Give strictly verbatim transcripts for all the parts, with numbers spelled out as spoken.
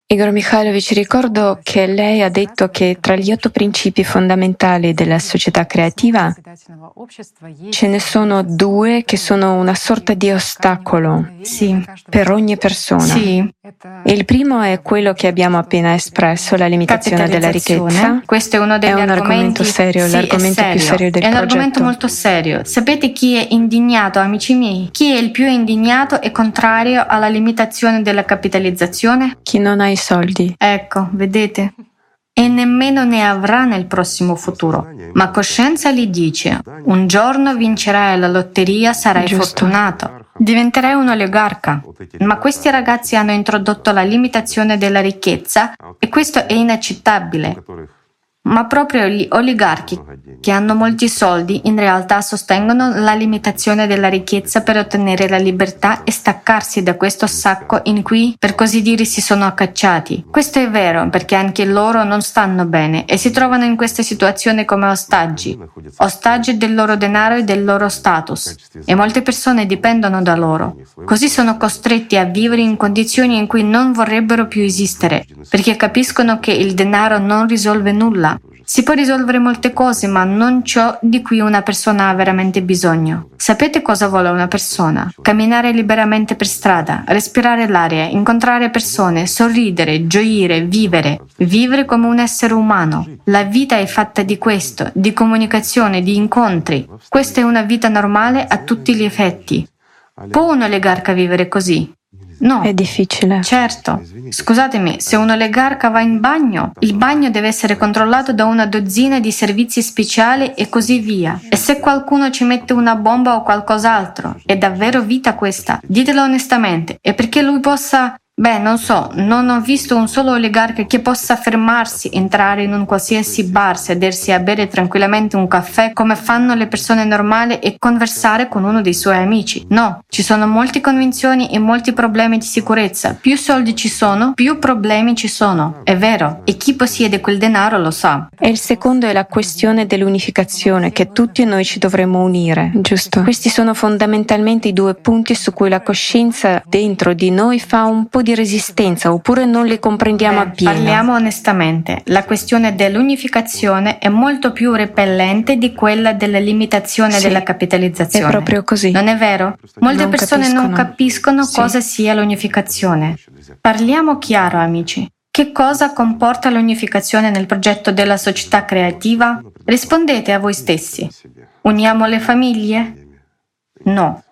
Igor Mikhailovich, ricordo che lei ha detto che tra gli otto principi fondamentali della società creativa ce ne sono due che sono una sorta di ostacolo Sì. per ogni persona. Sì. E il primo è quello che abbiamo appena espresso, la limitazione della ricchezza. Questo è uno degli È un argomenti argomento serio, sì, l'argomento è serio. più serio del È un progetto. argomento molto serio. Sapete chi è indignato, amici miei? Chi è il più indignato e contrario alla limitazione della capitalizzazione? Chi non ha i soldi. Ecco, vedete? E nemmeno ne avrà nel prossimo futuro. Ma coscienza gli dice: un giorno vincerai la lotteria, sarai Giusto. fortunato. Diventerai un oligarca. Ma questi ragazzi hanno introdotto la limitazione della ricchezza e questo è inaccettabile. Ma proprio gli oligarchi che hanno molti soldi in realtà sostengono la limitazione della ricchezza per ottenere la libertà e staccarsi da questo sacco in cui, per così dire, si sono accacciati. Questo è vero perché anche loro non stanno bene e si trovano in questa situazione come ostaggi, ostaggi del loro denaro e del loro status. E molte persone dipendono da loro. Così sono costretti a vivere in condizioni in cui non vorrebbero più esistere, perché capiscono che il denaro non risolve nulla. Si può risolvere molte cose, ma non ciò di cui una persona ha veramente bisogno. Sapete cosa vuole una persona? Camminare liberamente per strada, respirare l'aria, incontrare persone, sorridere, gioire, vivere. Vivere come un essere umano. La vita è fatta di questo, di comunicazione, di incontri. Questa è una vita normale a tutti gli effetti. Può un oligarca vivere così? No. È difficile. Certo. Scusatemi, se un oligarca va in bagno, il bagno deve essere controllato da una dozzina di servizi speciali e così via. E se qualcuno ci mette una bomba o qualcos'altro, è davvero vita questa? Ditelo onestamente. E perché lui possa... Beh, non so, non ho visto un solo oligarca che possa fermarsi, entrare in un qualsiasi bar, sedersi a bere tranquillamente un caffè come fanno le persone normali e conversare con uno dei suoi amici. No, ci sono molte convinzioni e molti problemi di sicurezza. Più soldi ci sono, più problemi ci sono. È vero, e chi possiede quel denaro lo sa. E il secondo è la questione dell'unificazione, che tutti noi ci dovremmo unire. Giusto. Questi sono fondamentalmente i due punti su cui la coscienza dentro di noi fa un po' di resistenza, oppure non li comprendiamo Beh, appieno. Parliamo onestamente. La questione dell'unificazione è molto più repellente di quella della limitazione Sì, della capitalizzazione. è proprio così. Non è vero? Molte Non persone capiscono. non capiscono Sì. cosa sia l'unificazione. Parliamo chiaro, amici. Che cosa comporta l'unificazione nel progetto della società creativa? Rispondete a voi stessi. Uniamo le famiglie? No.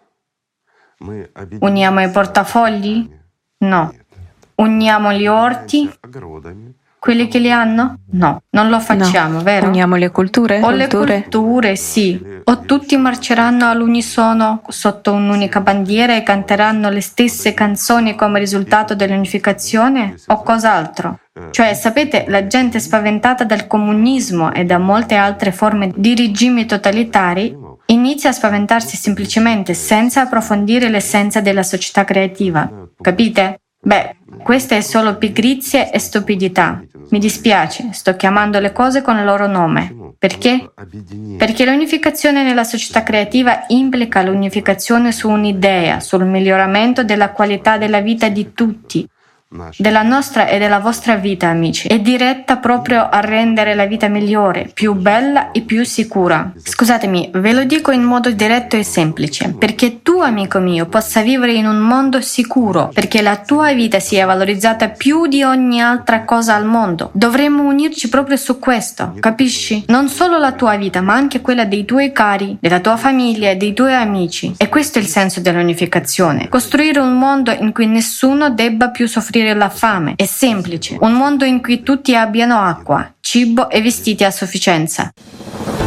Uniamo i portafogli? No. Uniamo gli orti? Quelli che li hanno? No, non lo facciamo, No. vero? Uniamo le culture? O le culture? culture, sì. O tutti marceranno all'unisono sotto un'unica bandiera e canteranno le stesse canzoni come risultato dell'unificazione? O cos'altro? Cioè, sapete, la gente è spaventata dal comunismo e da molte altre forme di regimi totalitari inizia a spaventarsi semplicemente senza approfondire l'essenza della società creativa. Capite? Beh, questa è solo pigrizia e stupidità. Mi dispiace, sto chiamando le cose con il loro nome. Perché? Perché l'unificazione nella società creativa implica l'unificazione su un'idea, sul miglioramento della qualità della vita di tutti, della nostra e della vostra vita, amici. È diretta proprio a rendere la vita migliore, più bella e più sicura. Scusatemi, ve lo dico in modo diretto e semplice, perché tu, amico mio, possa vivere in un mondo sicuro, perché la tua vita sia valorizzata più di ogni altra cosa al mondo. Dovremmo unirci proprio su questo, capisci? Non solo la tua vita, ma anche quella dei tuoi cari, della tua famiglia e dei tuoi amici. E questo è il senso dell'unificazione. Costruire un mondo in cui nessuno debba più soffrire la fame. È semplice. Un mondo in cui tutti abbiano acqua, cibo e vestiti a sufficienza.